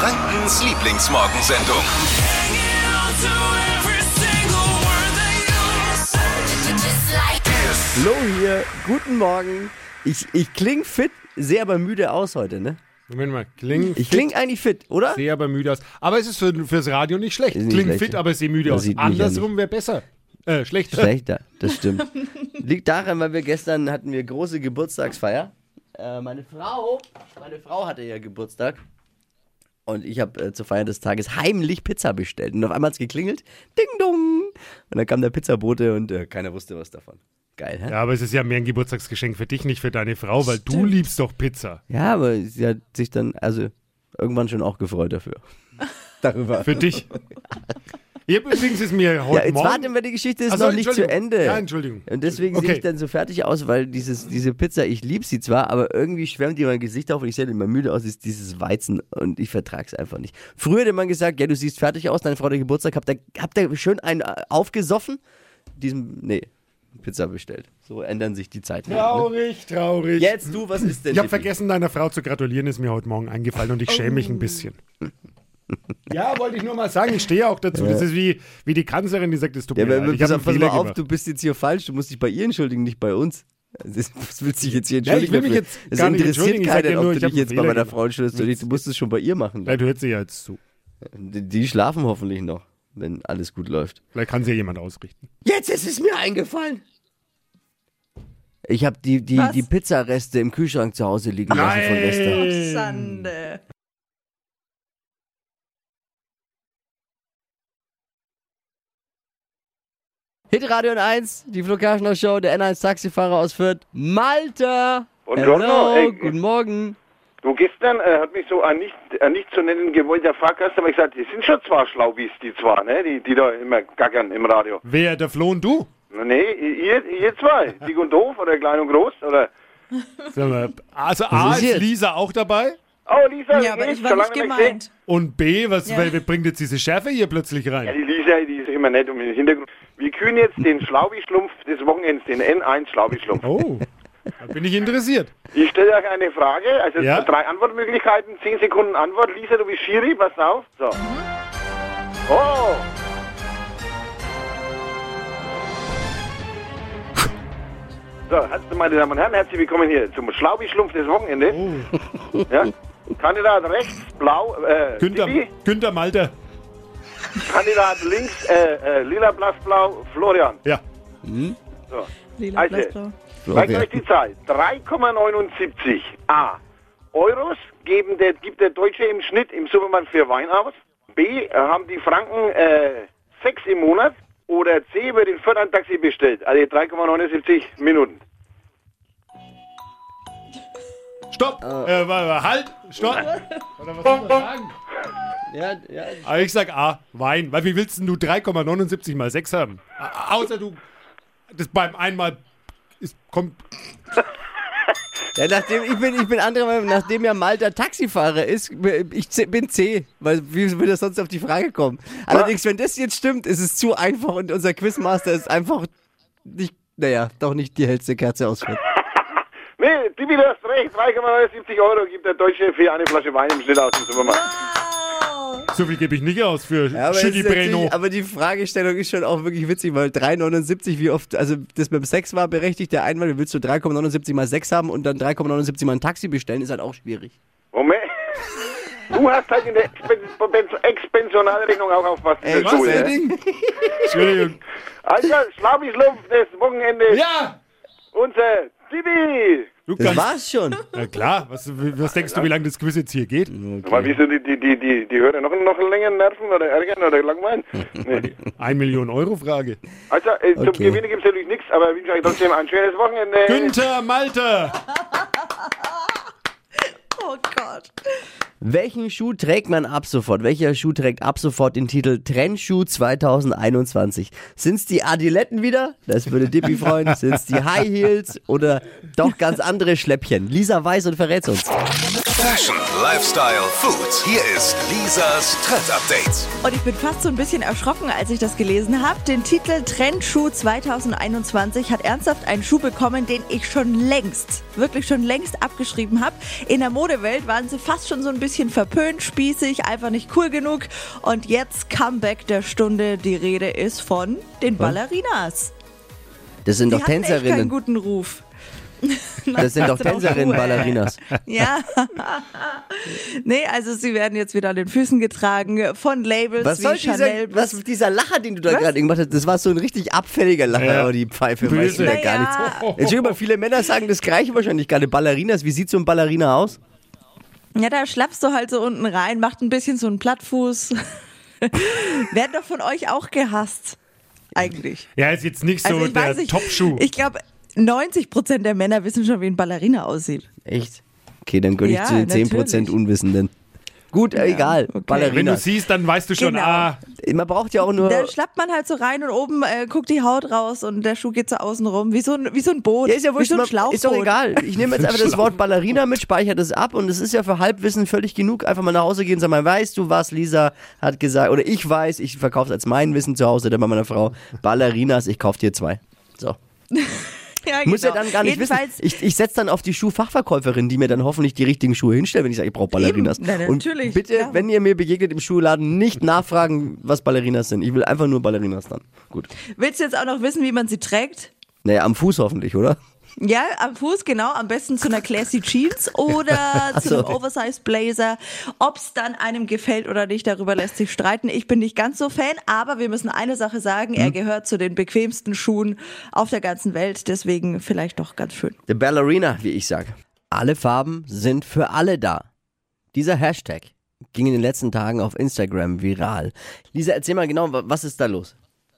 Frankens Lieblingsmorgensendung. Flo hier, guten Morgen. Ich kling fit, sehe aber müde aus heute, ne? Moment mal, Ich kling eigentlich fit, oder? sehe aber müde aus. Aber es ist fürs Radio nicht schlecht. Ist nicht Klingt schlecht, fit, ja. aber sehe müde Das aus. sieht mich ja Andersrum wäre besser. Schlechter. Schlechter, das stimmt. Liegt daran, weil wir gestern hatten wir große Geburtstagsfeier. Meine Frau hatte ja Geburtstag. Und ich habe zur Feier des Tages heimlich Pizza bestellt. Und auf einmal hat es geklingelt. Ding dong. Und dann kam der Pizzabote und keiner wusste was davon. Geil, hä? Ja, aber es ist ja mehr ein Geburtstagsgeschenk für dich, nicht für deine Frau, weil du liebst doch Pizza. Ja, aber sie hat sich dann irgendwann schon auch gefreut dafür. Darüber. Für dich. Übrigens ist mir Ja, heute jetzt Morgen... warten wir, die Geschichte ist Ach so, noch nicht zu Entschuldigung. Ende. Ja, Entschuldigung. Und deswegen sehe Okay. ich dann so fertig aus, weil diese Pizza, ich liebe sie zwar, aber irgendwie schwemmt ihr mein Gesicht auf und ich sehe immer müde aus, ist dieses Weizen und ich vertrage es einfach nicht. Früher hätte man gesagt, ja, du siehst fertig aus, deine Frau hat Geburtstag, habt ihr schön einen aufgesoffen? Pizza bestellt. So ändern sich die Zeiten. Ne? Traurig. Jetzt du, was ist denn? Ich habe Dippi? vergessen, deiner Frau zu gratulieren, ist mir heute Morgen eingefallen und ich schäme mich ein bisschen. Ja, wollte ich nur mal sagen, ich stehe auch dazu. Das ist wie die Kanzlerin, die sagt, es tut Ja, mir aber leid. Ich habe einen pass Fehler mal auf, gemacht. du bist jetzt hier falsch, du musst dich bei ihr entschuldigen, nicht bei uns. Was willst du dich jetzt hier Ja, ich entschuldigen? will mich dafür? jetzt Es gar nicht interessiert entschuldigen, ich sag keinen, dir nur, ob ich du hab dich einen jetzt bei Fehler meiner gemacht. Frau entschuldigst. Du musst es schon bei ihr machen. Vielleicht hört sie ja jetzt zu. Die schlafen hoffentlich noch, wenn alles gut läuft. Vielleicht kann sie ja jemand ausrichten. Jetzt ist es mir eingefallen. Ich habe die Pizzareste im Kühlschrank zu Hause liegen lassen von gestern. Schande. Hitradio 1, die Flo Kerschner Show, der N1 Taxifahrer aus Fürth, Malte. Buongiorno, Hello, guten Morgen. Du, gestern hat mich so ein nicht zu nennen gewollter Fahrgast aber gesagt, die sind schon zwar Schlaubis, die zwar, ne? Die da immer gackern im Radio. Wer, der Flo und du? Nee, ihr zwei, dick und doof oder klein und groß, oder? Sag mal, also Was A, ist ist jetzt? Lisa auch dabei? Oh, Lisa, Ja, aber geht's? ich war Schon nicht lange gemeint. Und B, was Ja. wer bringt jetzt diese Schärfe hier plötzlich Ja, rein? die Lisa, die ist immer nett um den Hintergrund. Wir kühlen jetzt den Schlaubi-Schlumpf des Wochenends, den N1 Schlaubi-Schlumpf. Oh, da bin ich interessiert. Ich stelle euch eine Frage, also Ja. 3 Antwortmöglichkeiten, 10 Sekunden Antwort. Lisa, du bist Schiri, pass auf. So. Oh! So, meine Damen und Herren, herzlich willkommen hier zum Schlaubi-Schlumpf des Wochenendes. Oh. Ja? Kandidat rechts, blau, Dippi. Günther Malter. Kandidat links, lila, blass, blau, Florian. Ja. So. Lila, Also, blassblau. Zeigt euch die Zahl. 3,79 Euros gibt der Deutsche im Schnitt im Supermarkt für Wein aus. B, haben die Franken 6 im Monat. Oder C, wird in Fürth ein Taxi bestellt. Also 3,79 Minuten. Stopp! Halt! Stopp! Oder was soll man sagen? Ja, Aber ich sag A, Wein. Weil wie willst denn du 3,79 mal 6 haben? Außer du, das beim einmal kommt... ja, ich bin anderer Meinung, nachdem ja Malte Taxifahrer ist, ich bin C, weil wie will das sonst auf die Frage kommen? Allerdings, wenn das jetzt stimmt, ist es zu einfach und unser Quizmaster ist einfach nicht, doch nicht die hellste Kerze aus Fürth. Nee, Tibi, du hast recht. 3,79 Euro gibt der Deutsche für eine Flasche Wein im Schnitt aus dem Supermarkt. So viel gebe ich nicht aus für Ja, aber, Schütti Breno. aber die Fragestellung ist schon auch wirklich witzig, weil 3,79, wie oft, also das mit dem 6 war berechtigt, der Einwand, wie willst du 3,79 mal 6 haben und dann 3,79 mal ein Taxi bestellen, ist halt auch schwierig. Moment. Du hast halt in der Expensionalrechnung auch aufpassen. Ey, das was Schule, für ja? Ding? Entschuldigung. Also, Schlaubi-Schlumpf des Wochenendes. Ja! Unser Tibi. Du Das kannst, war's schon. na klar, was denkst du, wie lange das Quiz jetzt hier geht? Mal, wieso die Hörer noch länger nerven oder ärgern oder langweilen? Nee. 1 Million Euro Frage. Also, zum Okay. Gewinnen gibt es natürlich nichts, aber ich wünsche euch trotzdem ein schönes Wochenende. Günther Malter! Oh Gott. Welchen Schuh trägt man ab sofort? Welcher Schuh trägt ab sofort den Titel Trendschuh 2021? Sind's die Adiletten wieder? Das würde Dippi freuen. Sind's die High Heels oder doch ganz andere Schläppchen? Lisa weiß und verrät's uns. Fashion, Lifestyle, Food. Hier ist Lisas Trend Update. Und ich bin fast so ein bisschen erschrocken, als ich das gelesen habe. Den Titel Trendschuh 2021 hat ernsthaft einen Schuh bekommen, den ich wirklich schon längst abgeschrieben habe. In der Modewelt waren sie fast schon so ein bisschen verpönt, spießig, einfach nicht cool genug. Und jetzt Comeback der Stunde. Die Rede ist von den Ballerinas. Das sind Die doch hatten echt keinen Tänzerinnen. guten Ruf. Das sind doch Tänzerinnen, Ballerinas. Ja. Nee, also sie werden jetzt wieder an den Füßen getragen von Labels Was wie soll Chanel. dieser Lacher, den du da gerade gemacht hast, das war so ein richtig abfälliger Lacher, Ja. aber die Pfeife Böse. weiß ja gar Naja. nichts. Entschuldigung, aber viele Männer sagen das Gleiche wahrscheinlich gerade. Ballerinas, wie sieht so ein Ballerina aus? Ja, da schlappst du halt so unten rein, macht ein bisschen so einen Plattfuß. Werden doch von euch auch gehasst. Eigentlich. Ja, ist jetzt nicht so Also ich der weiß nicht, Top-Schuh. ich glaube, 90% der Männer wissen schon, wie ein Ballerina aussieht. Echt? Okay, dann gehöre ich Ja, zu den 10% natürlich. Unwissenden. Gut, egal. okay. Ballerinas. Wenn du siehst, dann weißt du schon, Genau. Man braucht ja auch nur... Da schlappt man halt so rein und oben guckt die Haut raus und der Schuh geht so außen rum, wie so ein Boot, Ja, ist ja wie wurscht, so ein Schlauchboot. ist doch egal. Ich nehme jetzt einfach das Wort Ballerina mit, speichere das ab und es ist ja für Halbwissen völlig genug. Einfach mal nach Hause gehen und sagen, weißt du was, Lisa hat gesagt, oder ich weiß, ich verkaufe es als mein Wissen zu Hause, dann bei meiner Frau, Ballerinas, ich kaufe dir 2. So. Ja, Muss ja genau. dann gar nicht wissen. Jedenfalls, Ich setze dann auf die Schuhfachverkäuferin, die mir dann hoffentlich die richtigen Schuhe hinstellt, wenn ich sage, ich brauche Ballerinas. Eben. Na, und natürlich, bitte, klar. wenn ihr mir begegnet im Schuhladen, nicht nachfragen, was Ballerinas sind. Ich will einfach nur Ballerinas dann. Gut. Willst du jetzt auch noch wissen, wie man sie trägt? Naja, am Fuß hoffentlich, oder? Ja, am Fuß, genau. Am besten zu einer Classy Jeans oder zu einem Oversized Blazer. Ob es dann einem gefällt oder nicht, darüber lässt sich streiten. Ich bin nicht ganz so Fan, aber wir müssen eine Sache sagen. Er gehört zu den bequemsten Schuhen auf der ganzen Welt. Deswegen vielleicht doch ganz schön. The Ballerina, wie ich sage. Alle Farben sind für alle da. Dieser Hashtag ging in den letzten Tagen auf Instagram viral. Lisa, erzähl mal genau, was ist da los?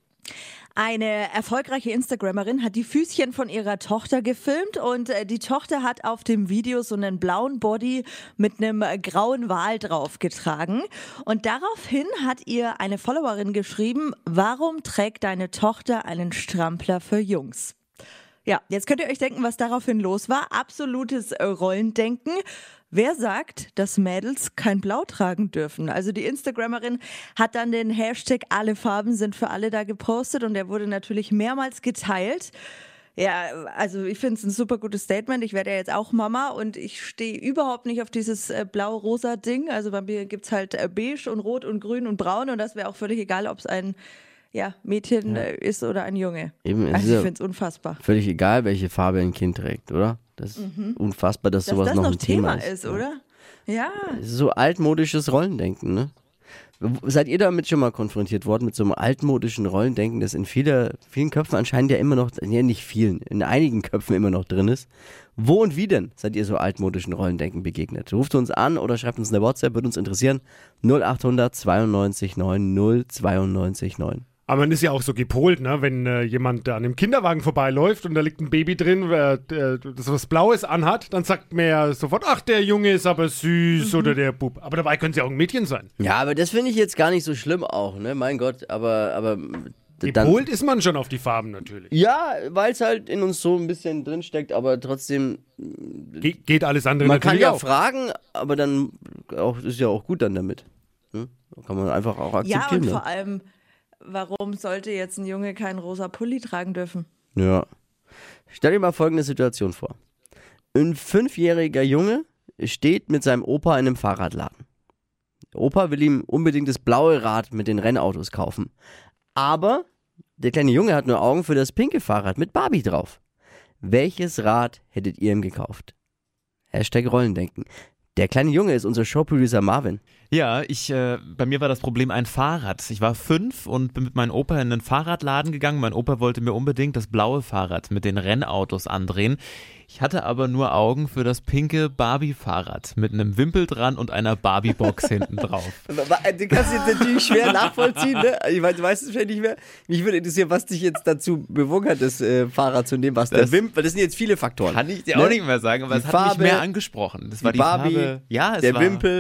Eine erfolgreiche Instagrammerin hat die Füßchen von ihrer Tochter gefilmt und die Tochter hat auf dem Video so einen blauen Body mit einem grauen Wal draufgetragen. Und daraufhin hat ihr eine Followerin geschrieben, warum trägt deine Tochter einen Strampler für Jungs? Ja, jetzt könnt ihr euch denken, was daraufhin los war. Absolutes Rollendenken. Wer sagt, dass Mädels kein Blau tragen dürfen? Also die Instagrammerin hat dann den Hashtag alle Farben sind für alle da gepostet und der wurde natürlich mehrmals geteilt. Ja, also ich finde es ein super gutes Statement. Ich werde ja jetzt auch Mama und ich stehe überhaupt nicht auf dieses blau-rosa Ding. Also bei mir gibt's halt beige und rot und grün und braun und das wäre auch völlig egal, ob es ein Mädchen ist oder ein Junge. Eben, es Also ist ich ja finde es unfassbar. völlig egal, welche Farbe ein Kind trägt, oder? Das ist unfassbar, dass Dass sowas das noch noch ein Thema Thema ist, oder? Ja. Das ist so altmodisches Rollendenken, ne? Seid ihr damit schon mal konfrontiert worden, mit so einem altmodischen Rollendenken, das in vielen Köpfen anscheinend ja immer noch, ja nicht vielen, in einigen Köpfen immer noch drin ist? Wo und wie denn seid ihr so altmodischen Rollendenken begegnet? Ruft uns an oder schreibt uns eine WhatsApp, würde uns interessieren. 0800 92 9 092 9. Aber man ist ja auch so gepolt, ne? Wenn jemand an einem Kinderwagen vorbeiläuft und da liegt ein Baby drin, das was Blaues anhat, dann sagt man ja sofort, ach, der Junge ist aber süß oder der Bub. Aber dabei könnte es ja auch ein Mädchen sein. Ja, aber das finde ich jetzt gar nicht so schlimm auch, ne? Mein Gott, aber dann, Gepolt ist man schon auf die Farben natürlich. ja, weil es halt in uns so ein bisschen drinsteckt, aber trotzdem, Geht alles andere man kann natürlich ja auch. fragen, aber dann auch, ist ja auch gut dann damit. Ne? Kann man einfach auch Ja, akzeptieren. und dann. vor allem, warum sollte jetzt ein Junge keinen rosa Pulli tragen dürfen? Ja. Stell dir mal folgende Situation vor. Ein 5-jähriger Junge steht mit seinem Opa in einem Fahrradladen. Der Opa will ihm unbedingt das blaue Rad mit den Rennautos kaufen. Aber der kleine Junge hat nur Augen für das pinke Fahrrad mit Barbie drauf. Welches Rad hättet ihr ihm gekauft? Hashtag Rollendenken. Der kleine Junge ist unser Showproducer Marvin. Ja, bei mir war das Problem ein Fahrrad. Ich war 5 und bin mit meinem Opa in einen Fahrradladen gegangen. Mein Opa wollte mir unbedingt das blaue Fahrrad mit den Rennautos andrehen. Ich hatte aber nur Augen für das pinke Barbie-Fahrrad mit einem Wimpel dran und einer Barbie-Box hinten drauf. Du kannst jetzt natürlich schwer nachvollziehen, ne? Ich meine, du weißt es vielleicht nicht mehr. Mich würde interessieren, was dich jetzt dazu bewogen hat, das Fahrrad zu nehmen, was der Das- Wimpel, weil das sind jetzt viele Faktoren. Kann ich dir Ne? auch nicht mehr sagen, aber Die es hat Farbe, mich mehr angesprochen. Das war die Barbie, Farbe. Ja, es der war Wimpel.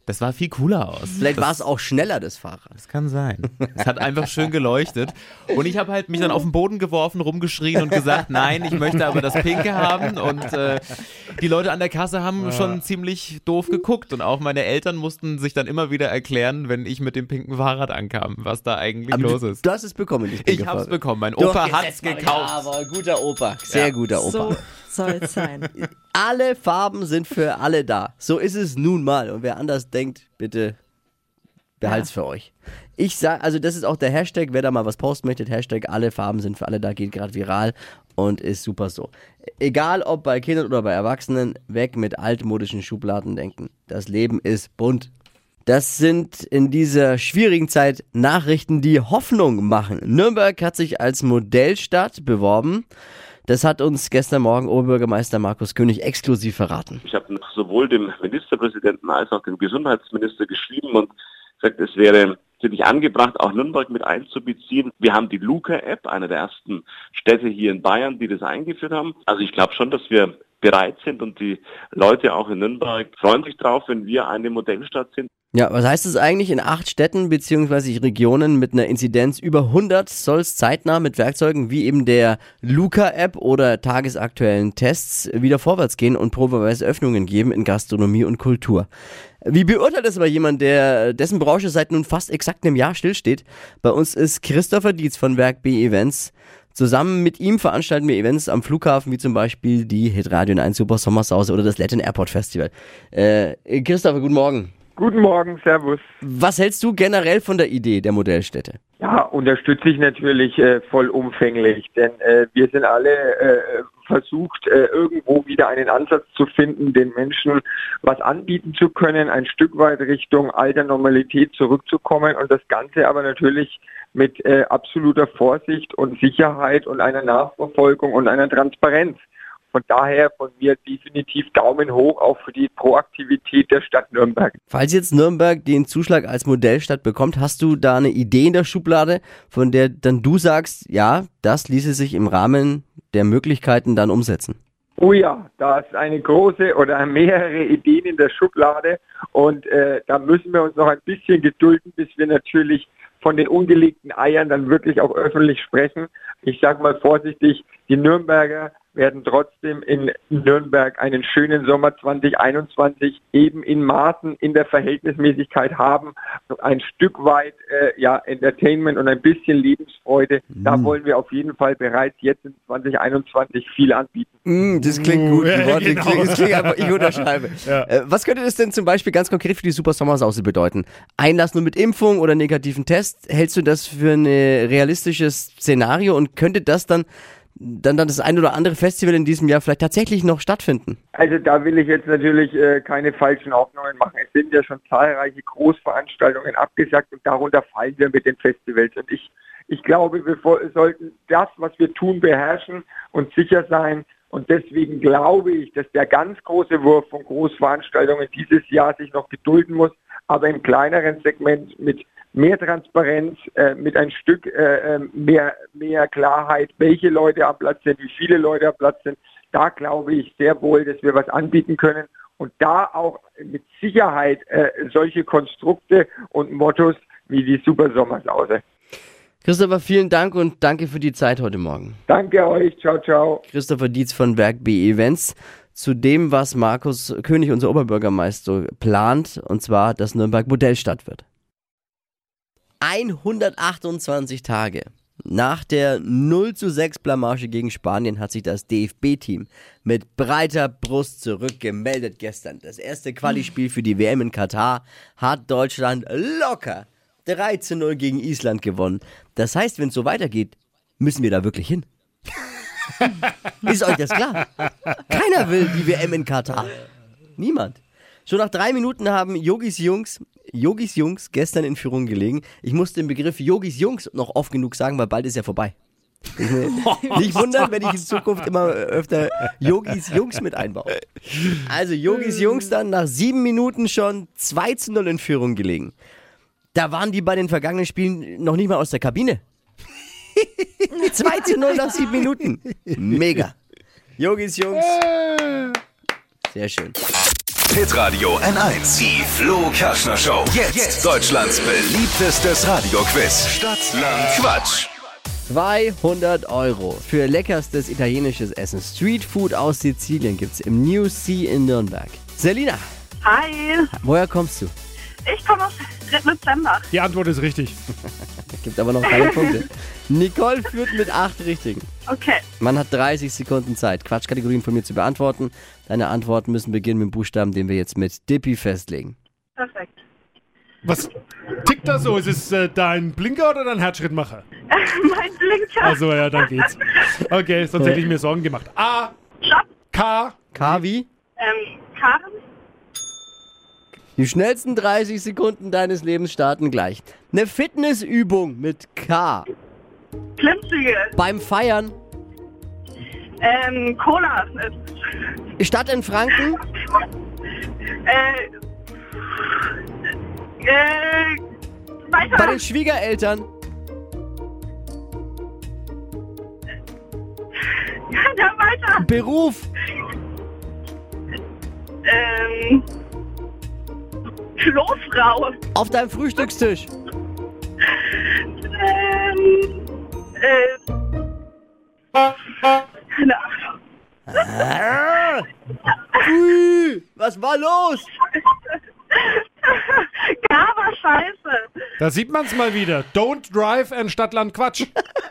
Das sah viel cooler aus. Vielleicht war es auch schneller, das Fahrrad. Das kann sein. Es hat einfach schön geleuchtet. Und ich habe halt mich dann auf den Boden geworfen, rumgeschrien und gesagt, nein, ich möchte aber das Pinke haben. Und die Leute an der Kasse haben schon ziemlich doof geguckt. Und auch meine Eltern mussten sich dann immer wieder erklären, wenn ich mit dem pinken Fahrrad ankam, was da eigentlich los ist. Du hast es bekommen. Ich hab's bekommen. Mein Opa hat's gekauft. Ja, aber guter Opa. Sehr guter Opa. So soll es sein. Alle Farben sind für alle da. So ist es nun mal. Und wer anders denkt, bitte behalt's für euch. Ich sage, also das ist auch der Hashtag, wer da mal was posten möchte, Hashtag alle Farben sind für alle da, geht gerade viral und ist super so. Egal ob bei Kindern oder bei Erwachsenen, weg mit altmodischen Schubladendenken. Das Leben ist bunt. Das sind in dieser schwierigen Zeit Nachrichten, die Hoffnung machen. Nürnberg hat sich als Modellstadt beworben. Das hat uns gestern Morgen Oberbürgermeister Markus König exklusiv verraten. Ich habe sowohl dem Ministerpräsidenten als auch dem Gesundheitsminister geschrieben und gesagt, es wäre natürlich angebracht, auch Nürnberg mit einzubeziehen. Wir haben die Luca-App, eine der ersten Städte hier in Bayern, die das eingeführt haben. Also ich glaube schon, dass wir bereit sind und die Leute auch in Nürnberg freuen sich drauf, wenn wir eine Modellstadt sind. Ja, was heißt es eigentlich? In 8 Städten bzw. Regionen mit einer Inzidenz über 100 soll es zeitnah mit Werkzeugen wie eben der Luca-App oder tagesaktuellen Tests wieder vorwärts gehen und probeweise Öffnungen geben in Gastronomie und Kultur. Wie beurteilt es aber jemand, dessen Branche seit nun fast exakt einem Jahr stillsteht? Bei uns ist Christopher Dietz von Werk B Events. Zusammen mit ihm veranstalten wir Events am Flughafen, wie zum Beispiel die Hitradio 1 Super Sommersause oder das Latin Airport Festival. Christopher, guten Morgen. Guten Morgen, servus. Was hältst du generell von der Idee der Modellstädte? Ja, unterstütze ich natürlich vollumfänglich, denn wir sind alle versucht, irgendwo wieder einen Ansatz zu finden, den Menschen was anbieten zu können, ein Stück weit Richtung alter Normalität zurückzukommen und das Ganze aber natürlich mit absoluter Vorsicht und Sicherheit und einer Nachverfolgung und einer Transparenz. Von daher von mir definitiv Daumen hoch auch für die Proaktivität der Stadt Nürnberg. Falls jetzt Nürnberg den Zuschlag als Modellstadt bekommt, hast du da eine Idee in der Schublade, von der dann du sagst, ja, das ließe sich im Rahmen der Möglichkeiten dann umsetzen? Oh ja, da ist eine große oder mehrere Ideen in der Schublade und da müssen wir uns noch ein bisschen gedulden, bis wir natürlich von den ungelegten Eiern dann wirklich auch öffentlich sprechen. Ich sage mal vorsichtig, die Nürnberger werden trotzdem in Nürnberg einen schönen Sommer 2021 eben in Maßen in der Verhältnismäßigkeit haben. Ein Stück weit Entertainment und ein bisschen Lebensfreude. Da wollen wir auf jeden Fall bereits jetzt in 2021 viel anbieten. Das klingt gut. Die Worte genau. das klingt einfach, ich unterschreibe. Ja. Was könnte das denn zum Beispiel ganz konkret für die Super Sommersause bedeuten? Einlass nur mit Impfung oder negativen Test? Hältst du das für ein realistisches Szenario und könnte das dann das ein oder andere Festival in diesem Jahr vielleicht tatsächlich noch stattfinden? Also da will ich jetzt natürlich keine falschen Hoffnungen machen. Es sind ja schon zahlreiche Großveranstaltungen abgesagt und darunter fallen wir mit den Festivals. Und ich glaube, wir sollten das, was wir tun, beherrschen und sicher sein. Und deswegen glaube ich, dass der ganz große Wurf von Großveranstaltungen dieses Jahr sich noch gedulden muss, aber im kleineren Segment mit mehr Transparenz, mit ein Stück mehr Klarheit, welche Leute am Platz sind, wie viele Leute am Platz sind. Da glaube ich sehr wohl, dass wir was anbieten können und da auch mit Sicherheit solche Konstrukte und Mottos wie die Super Sommersause. Christopher, vielen Dank und danke für die Zeit heute Morgen. Danke euch, ciao, ciao. Christopher Dietz von Werk B Events zu dem, was Markus König, unser Oberbürgermeister, plant, und zwar, dass Nürnberg Modellstadt wird. 128 Tage nach der 0:6 Blamage gegen Spanien hat sich das DFB-Team mit breiter Brust zurückgemeldet gestern. Das erste Quali-Spiel für die WM in Katar hat Deutschland locker 3:0 gegen Island gewonnen. Das heißt, wenn es so weitergeht, müssen wir da wirklich hin. Ist euch das klar? Keiner will die WM in Katar. Niemand. Schon nach 3 Minuten haben Yogis Jungs gestern in Führung gelegen. Ich muss den Begriff Yogis Jungs noch oft genug sagen, weil bald ist er vorbei. Nicht wundern, wenn ich in Zukunft immer öfter Yogis Jungs mit einbaue. Also Yogis Jungs dann nach 7 Minuten schon 2:0 in Führung gelegen. Da waren die bei den vergangenen Spielen noch nicht mal aus der Kabine. 2:0 nach 7 Minuten. Mega. Yogis Jungs. Sehr schön. Hitradio N1. Die Flo Kerschner Show. Jetzt Deutschlands beliebtestes Radioquiz. Stadt, Land, Quatsch. 200 € für leckerstes italienisches Essen. Streetfood aus Sizilien gibt's im New Sea in Nürnberg. Selina, Hi, woher kommst du? ich komme aus Rittmützembach. Die Antwort ist richtig. Gibt aber noch keine Punkte. Nicole führt mit 8 Richtigen. Okay, Man hat 30 Sekunden Zeit, Quatschkategorien von mir zu beantworten. Deine Antworten müssen beginnen mit dem Buchstaben, den wir jetzt mit Dippi festlegen. perfekt. Was tickt da so? Ist es dein Blinker oder dein Herzschrittmacher? Mein Blinker. Also ja, dann geht's. Okay, sonst hätte ich mir Sorgen gemacht. A, Stopp. K, K wie? Karen. Die schnellsten 30 Sekunden deines Lebens starten gleich. Eine Fitnessübung mit K. Klimmzüge. Beim Feiern. Cola. Stadt in Franken. Weiter. Bei den Schwiegereltern. Ja, weiter. Beruf. Klofrau. Auf deinem Frühstückstisch. Keine Ahnung. Was war los? Gar war scheiße. da sieht man's mal wieder. Don't drive and Stadtland Quatsch.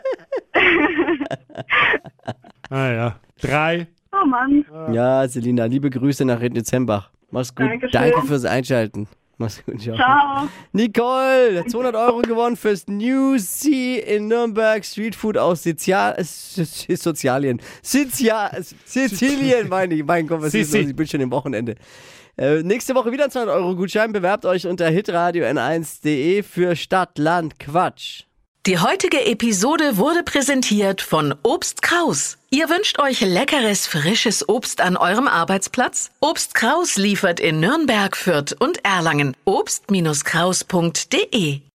Ja. 3. Oh Mann. Ja, Selina, liebe Grüße nach Rittnitzembach. Mach's gut. Dankeschön. Danke fürs Einschalten. Mach's gut, ciao. Ciao. Nicole, 200 € gewonnen fürs New Sea in Nürnberg. Streetfood aus Sizilien, meine ich. Mein Gott, was ist los? Ich bin schon im Wochenende. Nächste Woche wieder ein 200 € Gutschein. Bewerbt euch unter hitradio n1.de für Stadt, Land, Quatsch. Die heutige Episode wurde präsentiert von Obst Kraus. Ihr wünscht euch leckeres, frisches Obst an eurem Arbeitsplatz? Obst Kraus liefert in Nürnberg, Fürth und Erlangen. Obst-Kraus.de